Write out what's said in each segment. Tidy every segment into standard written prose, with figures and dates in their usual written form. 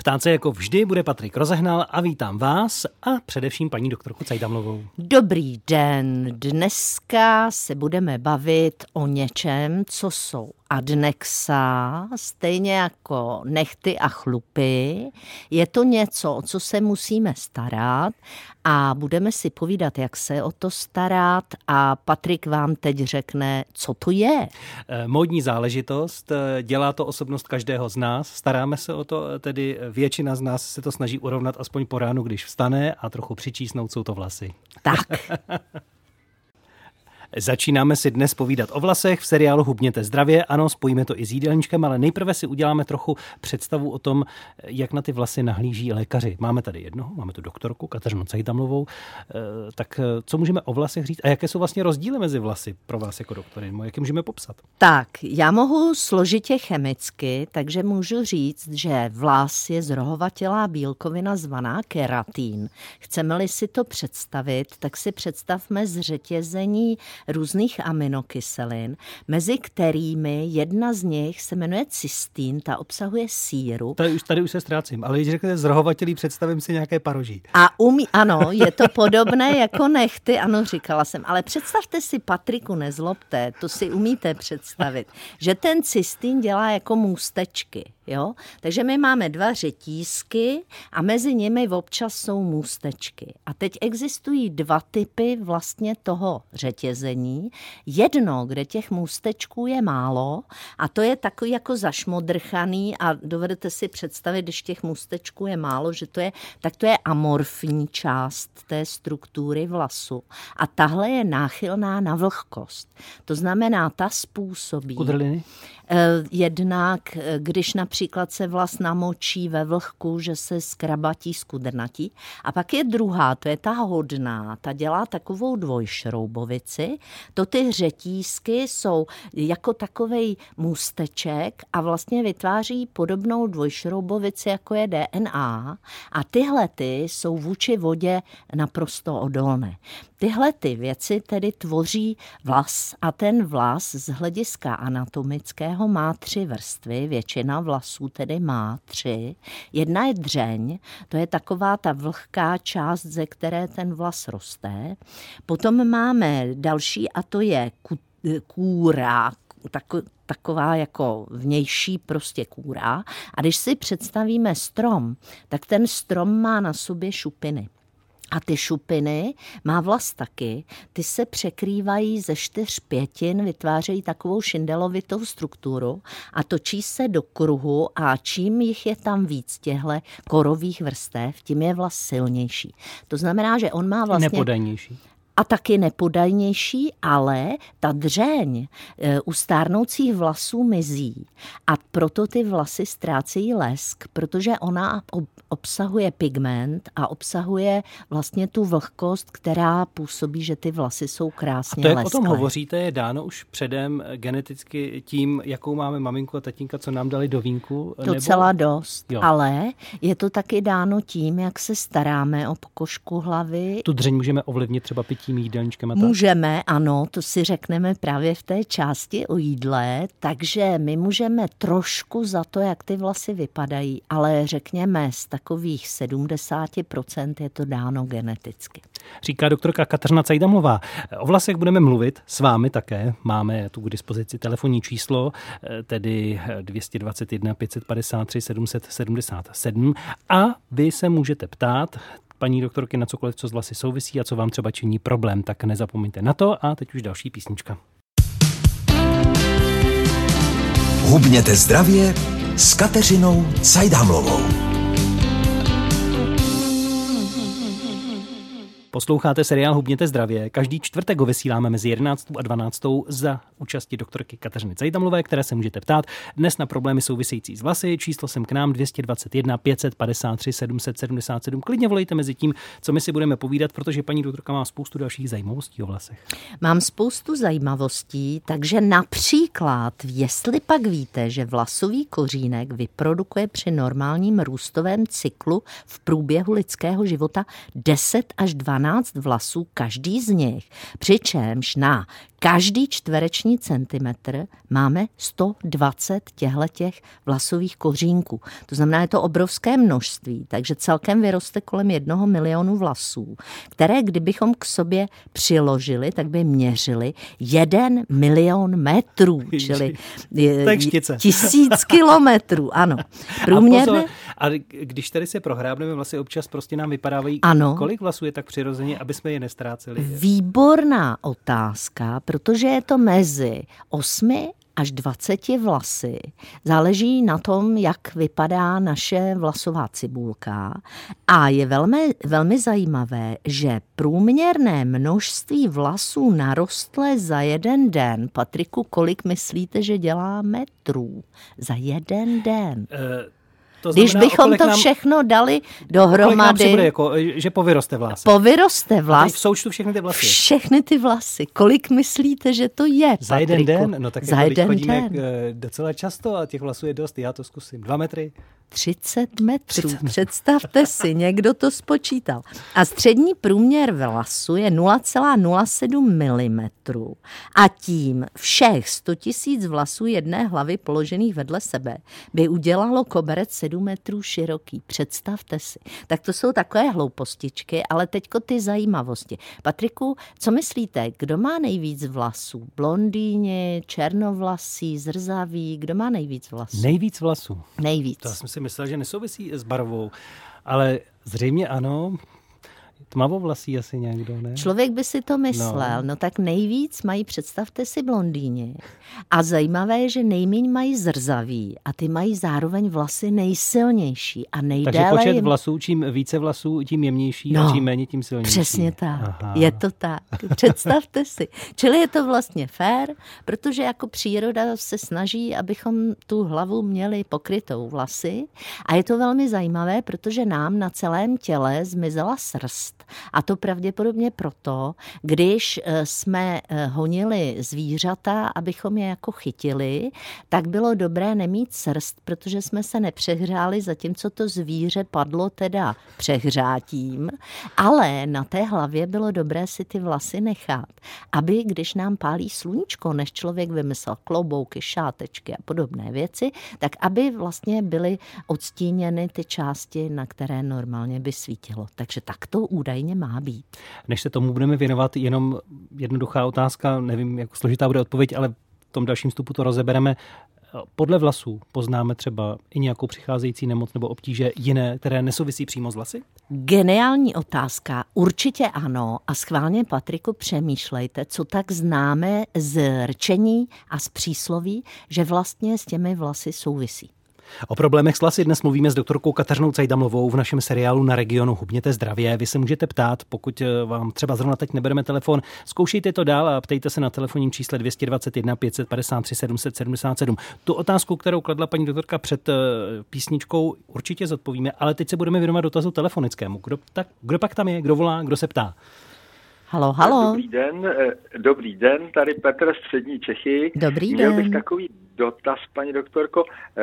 Ptát se jako vždy bude Patrik Rozehnal a vítám vás a především paní doktorku Cajdamlovou. Dobrý den, dneska se budeme bavit o něčem, co jsou adnexa, stejně jako nehty a chlupy. Je to něco, o co se musíme starat a budeme si povídat, jak se o to starat a Patrik vám teď řekne, co to je. Módní záležitost, dělá to osobnost každého z nás, staráme se o to, tedy většina z nás se to snaží urovnat aspoň po ránu, když vstane a trochu přičísnout, jsou to vlasy. Tak. Začínáme si dnes povídat o vlasech v seriálu Hubněte zdravě. Ano, spojíme to i s jídelníčkem, ale nejprve si uděláme trochu představu o tom, jak na ty vlasy nahlíží lékaři. Máme tady jednoho, máme tu doktorku Kateřinu Cajdamlovou. Tak co můžeme o vlasech říct a jaké jsou vlastně rozdíly mezi vlasy pro vás jako doktory? Jak je můžeme popsat? Tak, já mohu složitě chemicky, takže můžu říct, že vlas je zrohovatělá bílkovina zvaná keratin. Chceme-li si to představit, tak si představme zřetězení různých aminokyselin, mezi kterými jedna z nich se jmenuje cystín, ta obsahuje síru. Tady už se ztrácím, ale když řeknete zrohovatělý, představím si nějaké paroží. A ano, je to podobné jako nehty, ano, říkala jsem, ale představte si, Patriku, nezlobte, to si umíte představit, že ten cystín dělá jako můstečky. Jo? Takže my máme 2 řetízky a mezi nimi občas jsou můstečky. A teď existují 2 typy vlastně toho řetězení. Jedno, kde těch můstečků je málo a to je takový jako zašmodrchaný a dovedete si představit, když těch můstečků je málo, že to je amorfní část té struktury vlasu. A tahle je náchylná na vlhkost. To znamená, ta způsobí... Kudrliny? Jednak, když například se vlas namočí ve vlhku, že se skrabatí, skudrnatí. A pak je druhá, to je ta hodná, ta dělá takovou dvojšroubovici. To ty řetízky jsou jako takovej můsteček a vlastně vytváří podobnou dvojšroubovici, jako je DNA. A tyhle ty jsou vůči vodě naprosto odolné. Tyhle ty věci tedy tvoří vlas a ten vlas z hlediska anatomického má 3 vrstvy, většina vlasů tedy má 3. Jedna je dřeň, to je taková ta vlhká část, ze které ten vlas roste. Potom máme další a to je kůra, taková jako vnější prostě kůra. A když si představíme strom, tak ten strom má na sobě šupiny. A ty šupiny má vlas taky, ty se překrývají ze 4/5, vytvářejí takovou šindelovitou strukturu a točí se do kruhu a čím jich je tam víc těchto korových vrstev, tím je vlas silnější. To znamená, že on má vlastně... Nepodajnější. A taky nepodajnější, ale ta dřeň u stárnoucích vlasů mizí. A proto ty vlasy ztrácejí lesk, protože ona obsahuje pigment a obsahuje vlastně tu vlhkost, která působí, že ty vlasy jsou krásně lesklé. A to, jak o tom hovoříte, je dáno už předem geneticky tím, jakou máme maminku a tatínka, co nám dali do vínku? Docela dost, jo. Ale je to taky dáno tím, jak se staráme o pokožku hlavy. Tu dřeň můžeme ovlivnit třeba pitím, jídelníčkem a tak? Můžeme, ano, to si řekneme právě v té části o jídle, takže my můžeme trošku za to, jak ty vlasy vypadají, ale řekněme z takových 70% je to dáno geneticky. Říká doktorka Kateřina Cajdamlová. O vlasech budeme mluvit s vámi také. Máme tu k dispozici telefonní číslo, tedy 221 553 777 a vy se můžete ptát paní doktorky na cokoliv, co s vlasy souvisí a co vám třeba činí problém, tak nezapomeňte na to a teď už další písnička. Hubněte zdravě s Kateřinou Cajdamlovou. Posloucháte seriál Hubněte zdravě. Každý čtvrtek ho vysíláme mezi 11. a 12. za účasti doktorky Kateřiny Cajdamlové, které se můžete ptát dnes na problémy související s vlasy. Číslo sem k nám 221 553 777. Klidně volejte mezi tím, co my si budeme povídat, protože paní doktorka má spoustu dalších zajímavostí o vlasech. Mám spoustu zajímavostí, takže například, jestli pak víte, že vlasový kořínek vyprodukuje při normálním růstovém cyklu v průběhu lidského života 10 až 12 12 vlasů každý z nich, přičemž na každý čtvereční centimetr máme 120 těchto vlasových kořínků. To znamená, je to obrovské množství, takže celkem vyroste kolem 1 milionu vlasů, které kdybychom k sobě přiložili, tak by měřili 1 milion metrů, čili 1000 kilometrů, ano. Průměrné... A když tady se prohrábneme vlasy, občas prostě nám vypadávají, kolik vlasů je tak přirozeně, aby jsme je nestráceli? Výborná otázka, protože je to mezi 8 až 20 vlasy. Záleží na tom, jak vypadá naše vlasová cibulka. A je velmi zajímavé, že průměrné množství vlasů narostlé za jeden den. Patriku, kolik myslíte, že dělá metrů za jeden den? Když bychom to všechno dali dohromady... Bude že povyroste vlasy. Povyroste vlasy. V součtu všechny ty vlasy. Všechny ty vlasy. Kolik myslíte, že to je, za jeden den? No tak za jeden chodíme docela často a těch vlasů je dost. Já to zkusím. 2 metry. 30 metrů. Představte si, někdo to spočítal. A střední průměr vlasu je 0,07 mm. A tím všech 100 000 vlasů jedné hlavy položených vedle sebe by udělalo koberec 7 metrů široký. Představte si. Tak to jsou takové hloupostičky, ale teďko ty zajímavosti. Patriku, co myslíte, kdo má nejvíc vlasů? Blondýni, černovlasí, zrzaví? Kdo má nejvíc vlasů? Nejvíc vlasů. Nejvíc. To jsem si myslel, že nesouvisí s barvou, ale zřejmě ano. Tmavovlasí asi někdo, ne? Člověk by si to myslel. No tak nejvíc mají, představte si, blondýni. A zajímavé je, že nejméně mají zrzaví a ty mají zároveň vlasy nejsilnější a nejdéle. Takže počet vlasů, čím více vlasů, tím jemnější a čím méně, tím silnější. Přesně tak. Aha. Je to tak. Představte si. Čili je to vlastně fér, protože jako příroda se snaží, abychom tu hlavu měli pokrytou vlasy. A je to velmi zajímavé, protože nám na celém těle zmizela srst. A to pravděpodobně proto, když jsme honili zvířata, abychom je jako chytili, tak bylo dobré nemít srst, protože jsme se nepřehřáli, zatímco to zvíře padlo teda přehřátím, ale na té hlavě bylo dobré si ty vlasy nechat, aby když nám pálí sluníčko, než člověk vymyslel klobouky, šátečky a podobné věci, tak aby vlastně byly odstíněny ty části, na které normálně by svítilo. Takže tak to údajně má být. Než se tomu budeme věnovat, jenom jednoduchá otázka, nevím, jak složitá bude odpověď, ale v tom dalším vstupu to rozebereme. Podle vlasů poznáme třeba i nějakou přicházející nemoc nebo obtíže jiné, které nesouvisí přímo s vlasy? Geniální otázka. Určitě ano. A schválně, Patriku, přemýšlejte, co tak známe z rčení a z přísloví, že vlastně s těmi vlasy souvisí. O problémech s vlasy dnes mluvíme s doktorkou Kateřinou Cajdamlovou v našem seriálu Na regionu Hubněte zdravě. Vy se můžete ptát, pokud vám třeba zrovna teď nebereme telefon, zkoušejte to dál a ptejte se na telefonním čísle 221 553 777. Tu otázku, kterou kladla paní doktorka před písničkou, určitě zodpovíme, ale teď se budeme věnovat dotazu telefonickému. Kdo pak tam je, kdo volá, kdo se ptá? Halo, halo. Dobrý den, tady Petr z Střední Čechy. Dobrý Měl den. bych takový dotaz, paní doktorko.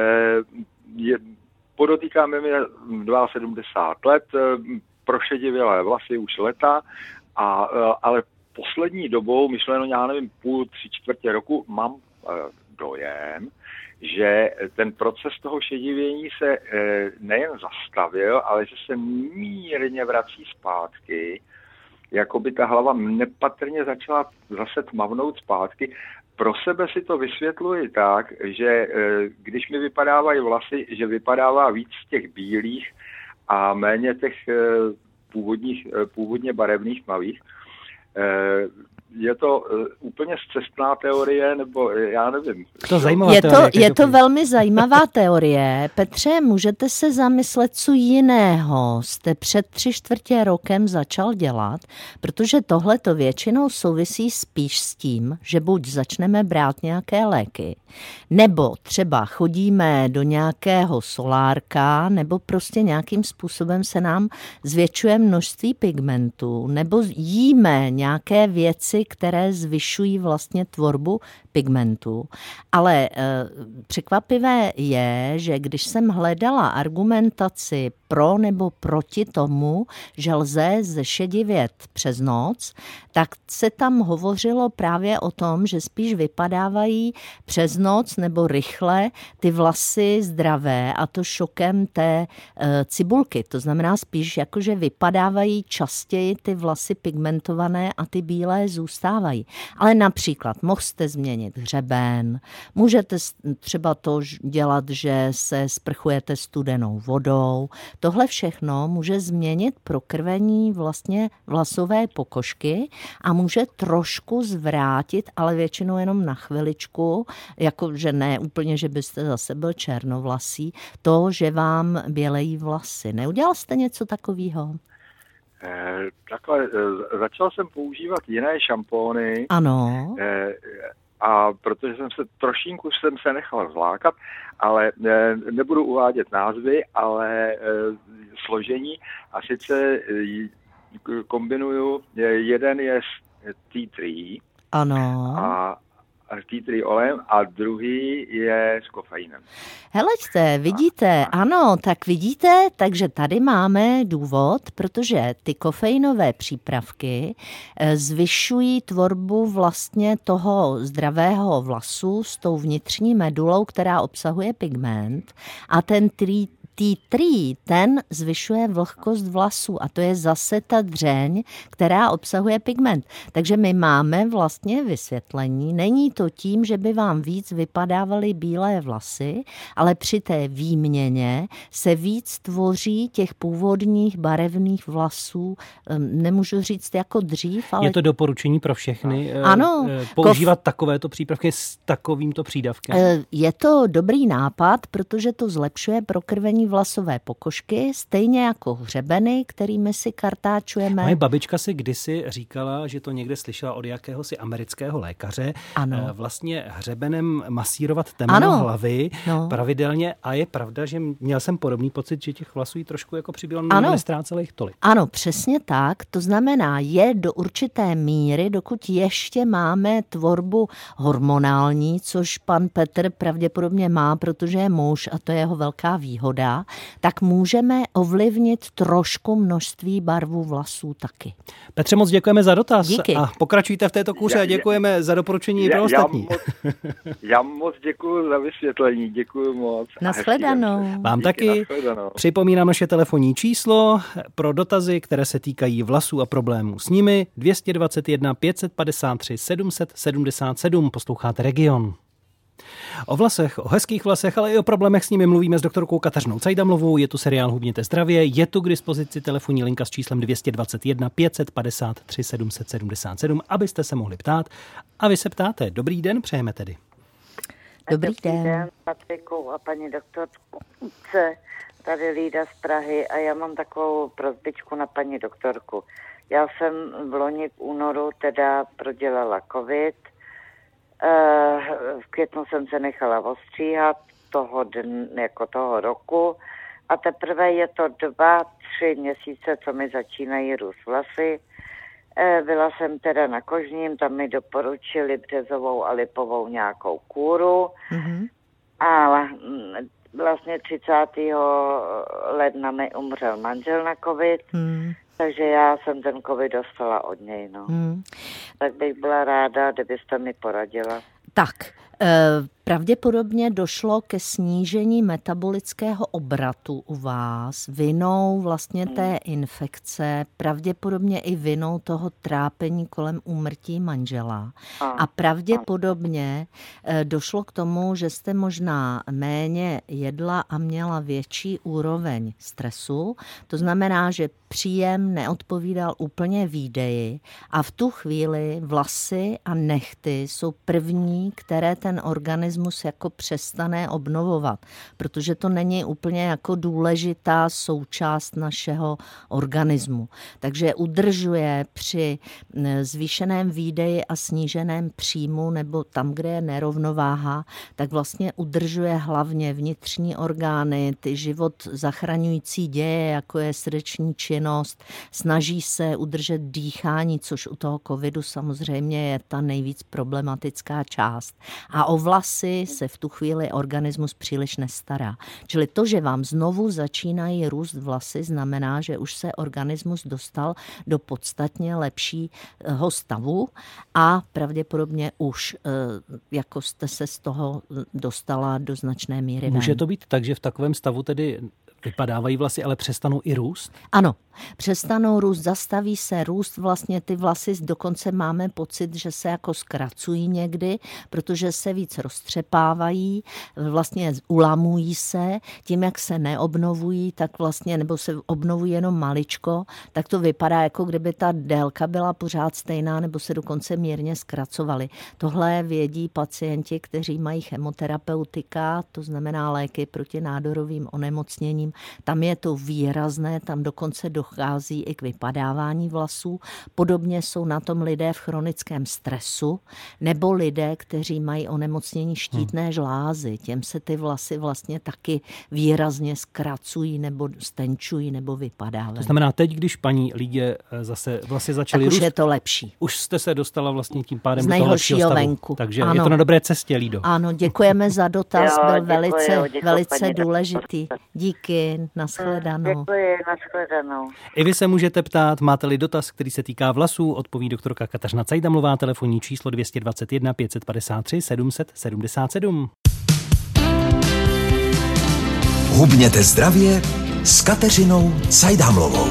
Podotýkáme mi 72 let, prošedivělé vlasy už leta, ale poslední dobou, myšleno, já nevím, půl, 3/4 roku, mám dojem, že ten proces toho šedivění se nejen zastavil, ale že se mírně vrací zpátky, jako by ta hlava nepatrně začala zase tmavnout zpátky. Pro sebe si to vysvětluji tak, že když mi vypadávají vlasy, že vypadává víc těch bílých a méně těch původně barevných tmavých. Je to úplně scestná teorie, nebo já nevím. Je to velmi zajímavá teorie. Petře, můžete se zamyslet, co jiného jste před 3/4 rokem začal dělat, protože tohle to většinou souvisí spíš s tím, že buď začneme brát nějaké léky, nebo třeba chodíme do nějakého solárka, nebo prostě nějakým způsobem se nám zvětšuje množství pigmentů, nebo jíme nějaké věci, látky, které zvyšují vlastně tvorbu pigmentu. Ale překvapivé je, že když jsem hledala argumentaci pro nebo proti tomu, že lze zešedivět přes noc, tak se tam hovořilo právě o tom, že spíš vypadávají přes noc nebo rychle ty vlasy zdravé, a to šokem té cibulky. To znamená spíš jakože vypadávají častěji ty vlasy pigmentované a ty bílé zůstávají. Ale například mohste změnit hřeben, můžete třeba to dělat, že se sprchujete studenou vodou. Tohle všechno může změnit prokrvení vlastně vlasové pokožky a může trošku zvrátit, ale většinou jenom na chviličku, jako že ne úplně, že byste zase byl černovlasý, to, že vám bělejí vlasy. Neudělal jste něco takového? Takhle, začal jsem používat jiné šampóny. Ano. A protože trošinku jsem se nechal zlákat, ale nebudu uvádět názvy, ale složení. A sice kombinuju, jeden je tea tree. Ano. A tea tree olejem a druhý je s kofeinem. Heleďte, vidíte, ano, tak vidíte, takže tady máme důvod, protože ty kofeinové přípravky zvyšují tvorbu vlastně toho zdravého vlasu s tou vnitřní medulou, která obsahuje pigment, a ten tea tree, ten zvyšuje vlhkost vlasů a to je zase ta dřeň, která obsahuje pigment. Takže my máme vlastně vysvětlení. Není to tím, že by vám víc vypadávaly bílé vlasy, ale při té výměně se víc tvoří těch původních barevných vlasů. Nemůžu říct jako dřív, ale... Je to doporučení pro všechny ano, používat takovéto přípravky s takovýmto přídavkem? Je to dobrý nápad, protože to zlepšuje prokrvení vlasové pokožky, stejně jako hřebeny, kterými si kartáčujeme. Moje babička si kdysi říkala, že to někde slyšela od jakéhosi amerického lékaře. Ano. Vlastně hřebenem masírovat temeno hlavy pravidelně, a je pravda, že měl jsem podobný pocit, že těch vlasů jí trošku jako přibylo, nestrácela jich tolik. Ano, přesně tak. To znamená, je do určité míry, dokud ještě máme tvorbu hormonální, což pan Petr pravděpodobně má, protože je muž a to je jeho velká výhoda, tak můžeme ovlivnit trošku množství barvu vlasů taky. Petře, moc děkujeme za dotaz. Díky. A pokračujte v této kůře a děkujeme za doporučení pro ostatní. Já moc děkuji za vysvětlení, děkuji moc. Nashledanou. Vám taky. Připomínám naše telefonní číslo pro dotazy, které se týkají vlasů a problémů s nimi. 221 553 777. Posloucháte Region. O vlasech, o hezkých vlasech, ale i o problémech s nimi mluvíme s doktorkou Kateřinou Cajdamlovou. Je tu seriál Hubněte zdravě, je tu k dispozici telefonní linka s číslem 221 553 777, abyste se mohli ptát. A vy se ptáte. Dobrý den, přejeme tedy. Dobrý den. Patriku a paní doktorce, tady Lída z Prahy, a já mám takovou prosbičku na paní doktorku. Já jsem v loni v únoru teda prodělala covid. V květnu jsem se nechala ostříhat toho roku a teprve je to 2-3 měsíce, co mi začínají růst vlasy. Byla jsem teda na kožním, tam mi doporučili březovou a lipovou nějakou kůru, a vlastně 30. ledna mi umřel manžel na covid, takže já jsem ten covid dostala od něj. Tak bych byla ráda, kdybyste mi poradila. Tak, pravděpodobně došlo ke snížení metabolického obratu u vás vinou vlastně té infekce, pravděpodobně i vinou toho trápení kolem úmrtí manžela. A pravděpodobně došlo k tomu, že jste možná méně jedla a měla větší úroveň stresu. To znamená, že příjem neodpovídal úplně výdeji a v tu chvíli vlasy a nehty jsou první, které ten organismus organismus jako přestane obnovovat, protože to není úplně jako důležitá součást našeho organismu. Takže udržuje při zvýšeném výdeji a sníženém příjmu nebo tam, kde je nerovnováha, tak vlastně udržuje hlavně vnitřní orgány, ty život zachraňující děje, jako je srdeční činnost, snaží se udržet dýchání, což u toho covidu samozřejmě je ta nejvíc problematická část. A o vlasy se v tu chvíli organismus příliš nestará. Čili to, že vám znovu začínají růst vlasy, znamená, že už se organismus dostal do podstatně lepšího stavu a pravděpodobně už jako jste se z toho dostala do značné míry ven. Může to být tak, že v takovém stavu tedy vypadávají vlasy, ale přestanou i růst? Ano, přestanou růst, zastaví se růst, vlastně ty vlasy dokonce máme pocit, že se jako zkracují někdy, protože se víc roztřepávají, vlastně ulamují se, tím jak se neobnovují, tak vlastně, nebo se obnovují jenom maličko, tak to vypadá, jako kdyby ta délka byla pořád stejná, nebo se dokonce mírně zkracovaly. Tohle vědí pacienti, kteří mají chemoterapeutika, to znamená léky proti nádorovým onemocněním. Tam je to výrazné, tam dokonce dochází i k vypadávání vlasů. Podobně jsou na tom lidé v chronickém stresu nebo lidé, kteří mají onemocnění štítné žlázy. Těm se ty vlasy vlastně taky výrazně zkracují nebo stenčují nebo vypadávají. To znamená, teď, když paní Lídě zase vlasy začaly růst, už je to lepší. Už jste se dostala vlastně tím pádem z do toho lepšího stavu. venku. Takže ano. je to na dobré cestě, Lído. Ano, děkujeme za dotaz, Jo, byl děkuji, velice důležitý. Díky, nashledanou. Děkuji, nashledanou. I vy se můžete ptát, máte-li dotaz, který se týká vlasů, odpoví doktorka Kateřina Cajdamlová, telefonní číslo 221 553 777. Hubněte zdravě s Kateřinou Cajdamlovou.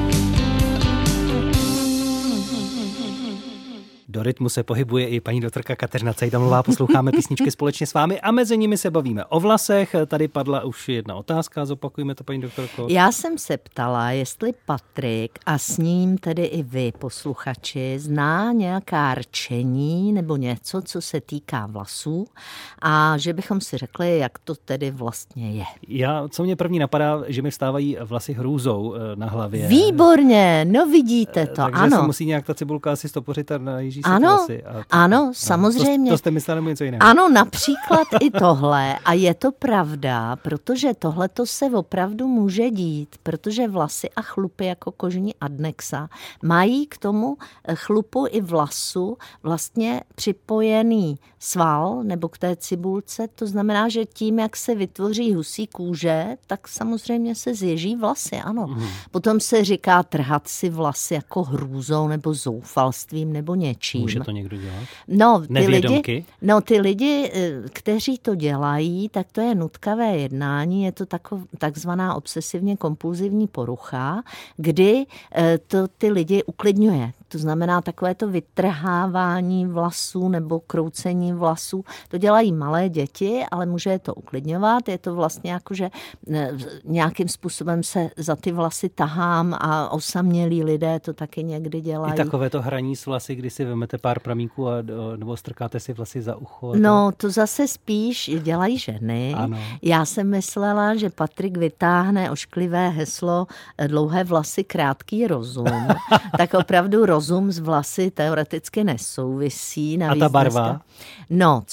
Do rytmu se pohybuje i paní doktorka Kateřina Cajdamlová, posloucháme písničky společně s vámi a mezi nimi se bavíme o vlasech. Tady padla už jedna otázka, zopakujme to, paní doktorko. Já jsem se ptala, jestli Patrik a s ním tedy i vy, posluchači, zná nějaká rčení nebo něco, co se týká vlasů a že bychom si řekli, jak to tedy vlastně je. Co mě první napadá, že mi vstávají vlasy hrůzou na hlavě. Výborně, no vidíte to, takže ano. se musí nějak ta cibulka asi stopořit a najíždí se Ano, vlasy. ano, samozřejmě. To jste mysleli nebo něco jiného? Ano, například i tohle. A je to pravda, protože tohleto se opravdu může dít, protože vlasy a chlupy jako kožní adnexa mají k tomu chlupu i vlasu vlastně připojený sval nebo k té cibulce. To znamená, že tím, jak se vytvoří husí kůže, tak samozřejmě se zježí vlasy, ano. Potom se říká trhat si vlasy jako hrůzou nebo zoufalstvím nebo něčím. Může to někdo dělat? No, ty lidi, kteří to dělají, tak to je nutkavé jednání, je to takzvaná obsesivně kompulzivní porucha, kdy to ty lidi uklidňuje. To znamená takové to vytrhávání vlasů nebo kroucení vlasů. To dělají malé děti, ale může je to uklidňovat. Je to vlastně jako, že nějakým způsobem se za ty vlasy tahám a osamělí lidé to taky někdy dělají. I takové to hraní s vlasy, kdy si vezmete pár pramíků nebo strkáte si vlasy za ucho. No, to zase spíš dělají ženy. Ano. Já jsem myslela, že Patrik vytáhne ošklivé heslo dlouhé vlasy, krátký rozum. Tak opravdu rozum s vlasy teoreticky nesouvisí. A ta barva? Dneska. No,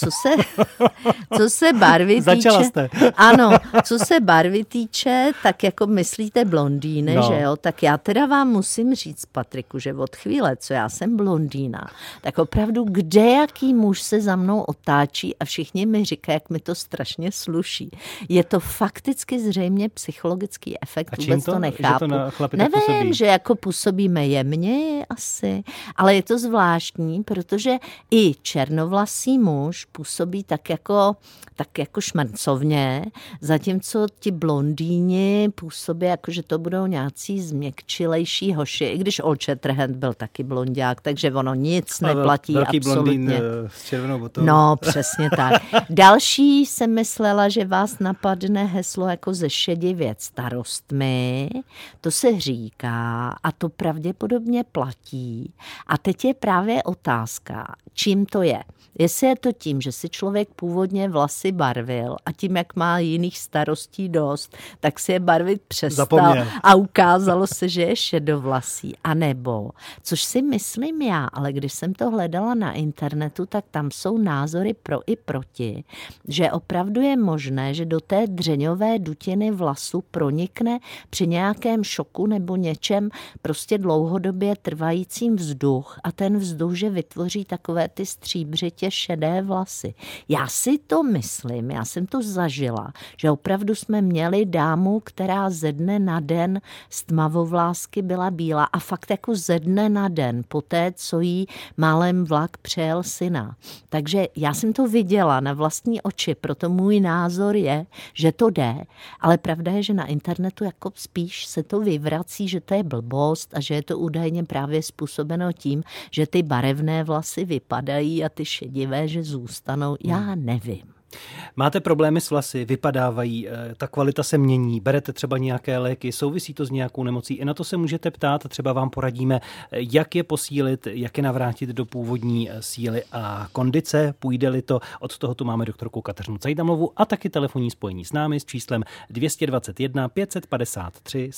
co se barvy týče... Začala jste. Ano, co se barvy týče, tak jako myslíte blondýny, no. Že jo? Tak já teda vám musím říct, Patriku, že od chvíle, co já jsem blondýna, tak opravdu kdejaký muž se za mnou otáčí a všichni mi říkají, jak mi to strašně sluší. Je to fakticky zřejmě psychologický efekt, vůbec to nechápu. Nevím, že jako působíme jemně asi, ale je to zvláštní, protože i černovlasý muž působí tak jako šmrncovně, zatímco ti blondýni působí jako, že to budou nějací změkčilejší hoši, i když Old Shatterhand byl taky blonďák, takže ono nic neplatí velký absolutně. Blondýn s červenou botou. No, přesně tak. Další jsem myslela, že vás napadne heslo jako zešedivět starostmi. To se říká a to pravděpodobně platí, vidí. A teď je právě otázka, čím to je. Jestli je to tím, že si člověk původně vlasy barvil a tím, jak má jiných starostí dost, tak si je barvit přestal a ukázalo se, že je šedovlasý. A nebo, což si myslím já, ale když jsem to hledala na internetu, tak tam jsou názory pro i proti, že opravdu je možné, že do té dřeňové dutiny vlasu pronikne při nějakém šoku nebo něčem prostě dlouhodobě trvajícím vzduch a ten vzduch, že vytvoří takové ty stříbřitě šedé vlasy. Já si to myslím, já jsem to zažila, že opravdu jsme měli dámu, která ze dne na den z tmavovlásky byla bílá a fakt jako ze dne na den, poté, co jí málem vlak přejel syna. Takže já jsem to viděla na vlastní oči, proto můj názor je, že to jde, ale pravda je, že na internetu jako spíš se to vyvrací, že to je blbost a že je to údajně právě způsobeno tím, že ty barevné vlasy vypadají a ty šedivé, že zůstanou. Já nevím. Máte problémy s vlasy, vypadávají, ta kvalita se mění, berete třeba nějaké léky, souvisí to s nějakou nemocí, i na to se můžete ptát a třeba vám poradíme, jak je posílit, jak je navrátit do původní síly a kondice, půjde-li to. Od toho tu máme doktorku Kateřinu Cajdamlovou a taky telefonní spojení s námi s číslem 221 553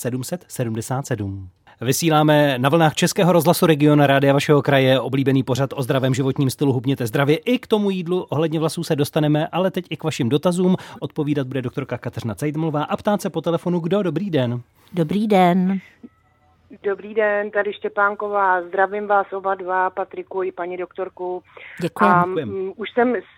777. Vysíláme na vlnách Českého rozhlasu Region Rádia vašeho kraje oblíbený pořad o zdravém životním stylu Hubněte zdravě. I k tomu jídlu ohledně vlasů se dostaneme, ale teď i k vašim dotazům. Odpovídat bude doktorka Kateřina Cajdamlová a ptát se po telefonu, kdo? Dobrý den. Dobrý den. Dobrý den, tady Štěpánková. Zdravím vás oba dva, Patriku i paní doktorku. Děkuji. Už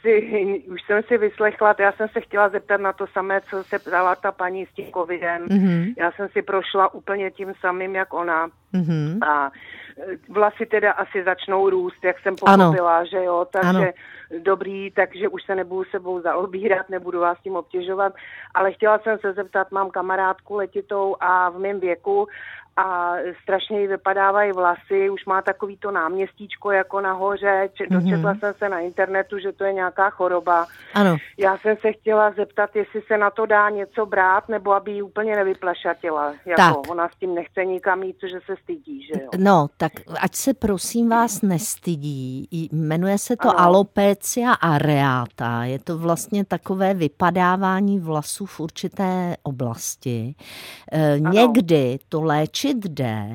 jsem si vyslechla, já jsem se chtěla zeptat na to samé, co se ptala ta paní s tím covidem. Mm-hmm. Já jsem si prošla úplně tím samým, jak ona. Mm-hmm. A vlasy teda asi začnou růst, jak jsem pochopila, že jo, takže dobrý, takže už se nebudu sebou zaobírat, nebudu vás tím obtěžovat, ale chtěla jsem se zeptat, mám kamarádku letitou a v mém věku a strašně jí vypadávají vlasy, už má takový to náměstíčko jako nahoře, dočetla jsem se na internetu, že to je nějaká choroba. Ano. Já jsem se chtěla zeptat, jestli se na to dá něco brát, nebo aby ji úplně nevyplašatila. Jako ona s tím nechce nikam jít, že se stydí, že jo? No, tak ať se prosím vás nestydí. Jmenuje se to alopecia areata. Je to vlastně takové vypadávání vlasů v určité oblasti. Někdy to léčit jde,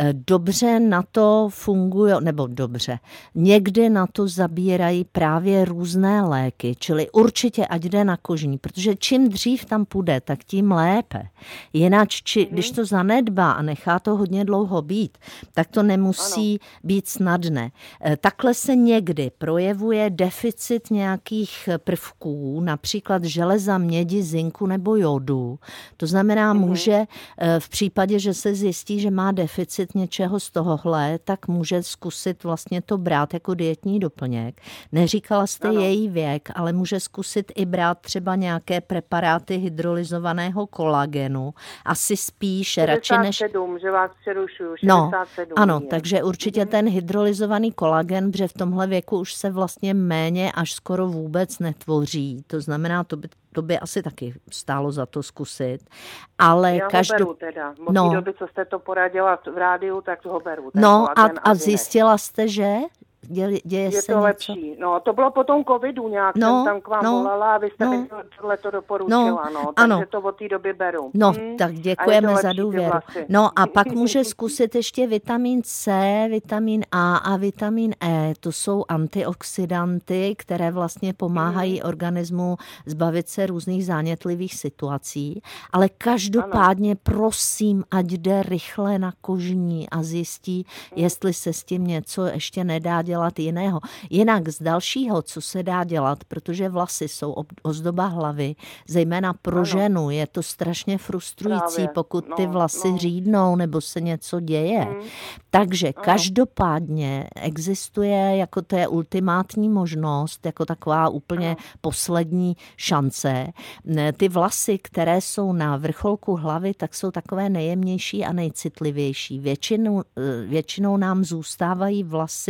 dobře na to fungují, nebo dobře, někdy na to zabírají právě různé léky, čili určitě ať jde na kožní, protože čím dřív tam půjde, tak tím lépe. Jinak, když to zanedbá a nechá to hodně dlouho být, tak to nemusí být snadné. Takhle se někdy projevuje deficit nějakých prvků, například železa, mědi, zinku nebo jodu. To znamená, může v případě, že se zjistí, že má deficit něčeho z tohohle, tak může zkusit vlastně to brát jako dietní doplněk. Neříkala jste její věk, ale může zkusit i brát třeba nějaké preparáty hydrolyzovaného kolagenu. Asi spíš 67, radši než... že vás přerušuju, 67. Ano, takže určitě ten hydrolyzovaný kolagen, protože v tomhle věku už se vlastně méně až skoro vůbec netvoří. To znamená, to by asi taky stálo za to zkusit. Ale já ho beru teda. V té době, co jste to poradila v rádiu, tak ho beru. A zjistila jste, že? Děje je se to lepší. No, to bylo po tom covidu nějak, jsem tam k vám volala a vy jste mi tohle doporučila, takže to od té doby beru. Tak děkujeme za důvěru. No a pak může zkusit ještě vitamin C, vitamin A a vitamin E. To jsou antioxidanty, které vlastně pomáhají organismu zbavit se různých zánětlivých situací, ale každopádně prosím, ať jde rychle na kožní a zjistí, jestli se s tím něco ještě nedá dělat jiného. Jinak z dalšího, co se dá dělat, protože vlasy jsou ozdoba hlavy, zejména pro ženu, je to strašně frustrující, pokud ty vlasy řídnou nebo se něco děje. Takže každopádně existuje, jako to je ultimátní možnost, jako taková úplně poslední šance. Ty vlasy, které jsou na vrcholku hlavy, tak jsou takové nejjemnější a nejcitlivější. Většinou nám zůstávají vlasy v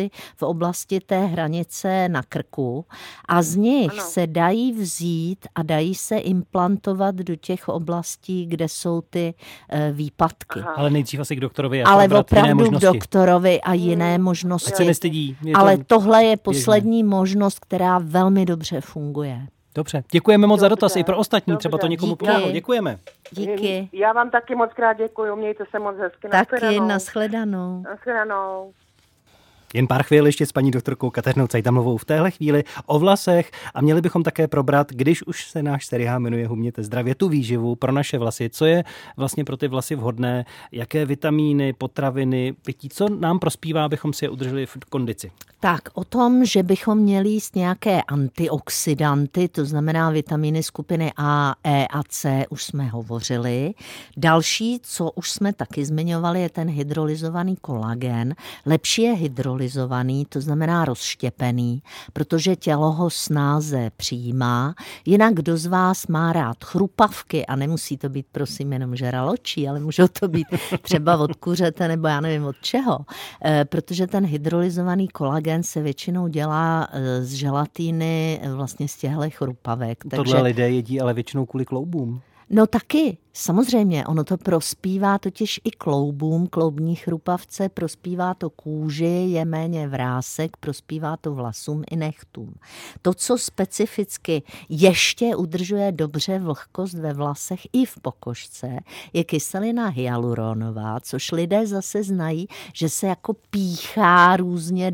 oblasti té hranice na krku a z nich se dají vzít a dají se implantovat do těch oblastí, kde jsou ty výpadky. Ale nejdřív asi k doktorovi. Ale opravdu k doktorovi a jiné možnosti. Ať se nestydí. Ale tohle je poslední možnost, která velmi dobře funguje. Dobře, děkujeme moc za dotaz i pro ostatní, třeba to někomu pomohlo. Děkujeme. Díky. Já vám taky moc krát děkuju, mějte se moc hezky. Taky, nashledanou. Nashledanou. Jen pár chvíli ještě s paní doktorkou Kateřinou Cajdamlovou v téhle chvíli o vlasech a měli bychom také probrat, když už se náš seriál jmenuje Hubněte zdravě, tu výživu pro naše vlasy, co je vlastně pro ty vlasy vhodné, jaké vitamíny, potraviny, pití, co nám prospívá, abychom si je udrželi v kondici. Tak o tom, že bychom měli jíst nějaké antioxidanty, to znamená vitamíny skupiny A, E a C, už jsme hovořili. Další, co už jsme taky zmiňovali, je ten hydrolyzovaný kolagen. Lepší je hydrolyzovaný, to znamená rozštěpený, protože tělo ho snáze přijímá. Jinak kdo z vás má rád chrupavky, a nemusí to být prosím jenom žraločí, ale můžou to být třeba od kuřete nebo já nevím od čeho, protože ten hydrolyzovaný kolagen se většinou dělá z želatíny vlastně z těchto chrupavek. Tohle lidé jedí ale většinou kvůli kloubům. No taky, samozřejmě, ono to prospívá totiž i kloubům, kloubní chrupavce, prospívá to kůži, je méně vrásek, prospívá to vlasům i nechtům. To, co specificky ještě udržuje dobře vlhkost ve vlasech i v pokožce, je kyselina hyaluronová, což lidé zase znají, že se jako píchá různě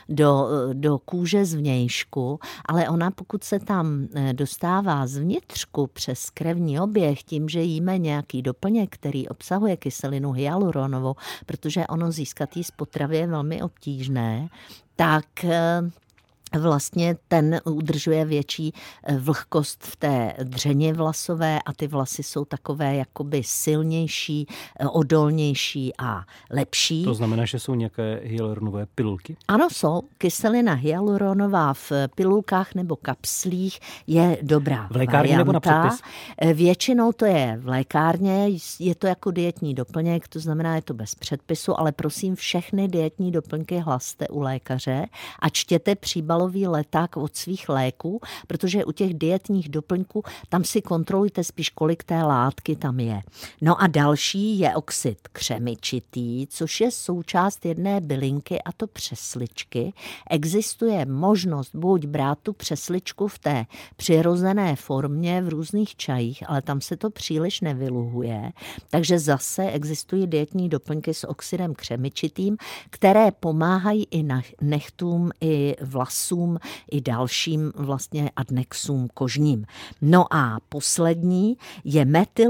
do kůže zvnějšku, ale ona pokud se tam dostává zvnitřku přes krevní oběh, tím, že jíme nějaký doplněk, který obsahuje kyselinu hyaluronovou, protože ono získat jí z potravy je velmi obtížné, tak vlastně ten udržuje větší vlhkost v té dřeně vlasové a ty vlasy jsou takové jakoby silnější, odolnější a lepší. To znamená, že jsou nějaké hyaluronové pilulky? Ano, jsou. Kyselina hyaluronová v pilulkách nebo kapslích je dobrá v lékárně varianta. Nebo na předpis? Většinou to je v lékárně, je to jako dietní doplněk, to znamená, je to bez předpisu, ale prosím, všechny dietní doplňky hlaste u lékaře a čtěte příbalový leták od svých léků, protože u těch dietních doplňků tam si kontrolujte spíš, kolik té látky tam je. No a další je oxid křemičitý, což je součást jedné bylinky, a to přesličky. Existuje možnost buď brát tu přesličku v té přirozené formě v různých čajích, ale tam se to příliš nevyluhuje. Takže zase existují dietní doplňky s oxidem křemičitým, které pomáhají i nechtům, i vlasům, i dalším vlastně adnexům kožním. No a poslední je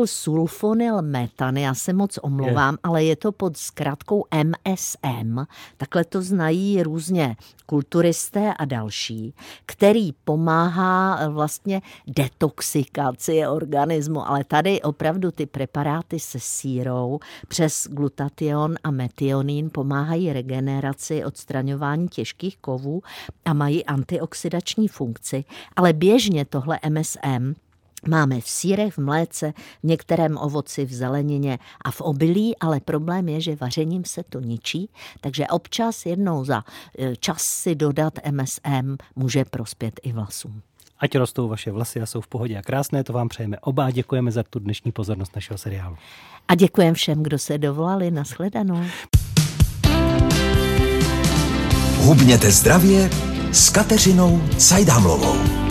metylsulfonylmetan. Já se moc omlouvám, ale je to pod zkratkou MSM. Takhle to znají různě kulturisté a další, který pomáhá vlastně detoxikaci organismu, ale tady opravdu ty preparáty se sírou přes glutation a metionin pomáhají regeneraci, odstraňování těžkých kovů a mají antioxidační funkci, ale běžně tohle MSM máme v sýrech, v mléce, v některém ovoci, v zelenině a v obilí, ale problém je, že vařením se to ničí, takže občas jednou za čas si dodat MSM může prospět i vlasům. Ať rostou vaše vlasy a jsou v pohodě a krásné, to vám přejeme oba. Děkujeme za tu dnešní pozornost našeho seriálu. A děkujeme všem, kdo se dovolali. Nashledanou. Hubněte zdravě s Kateřinou Cajdamlovou.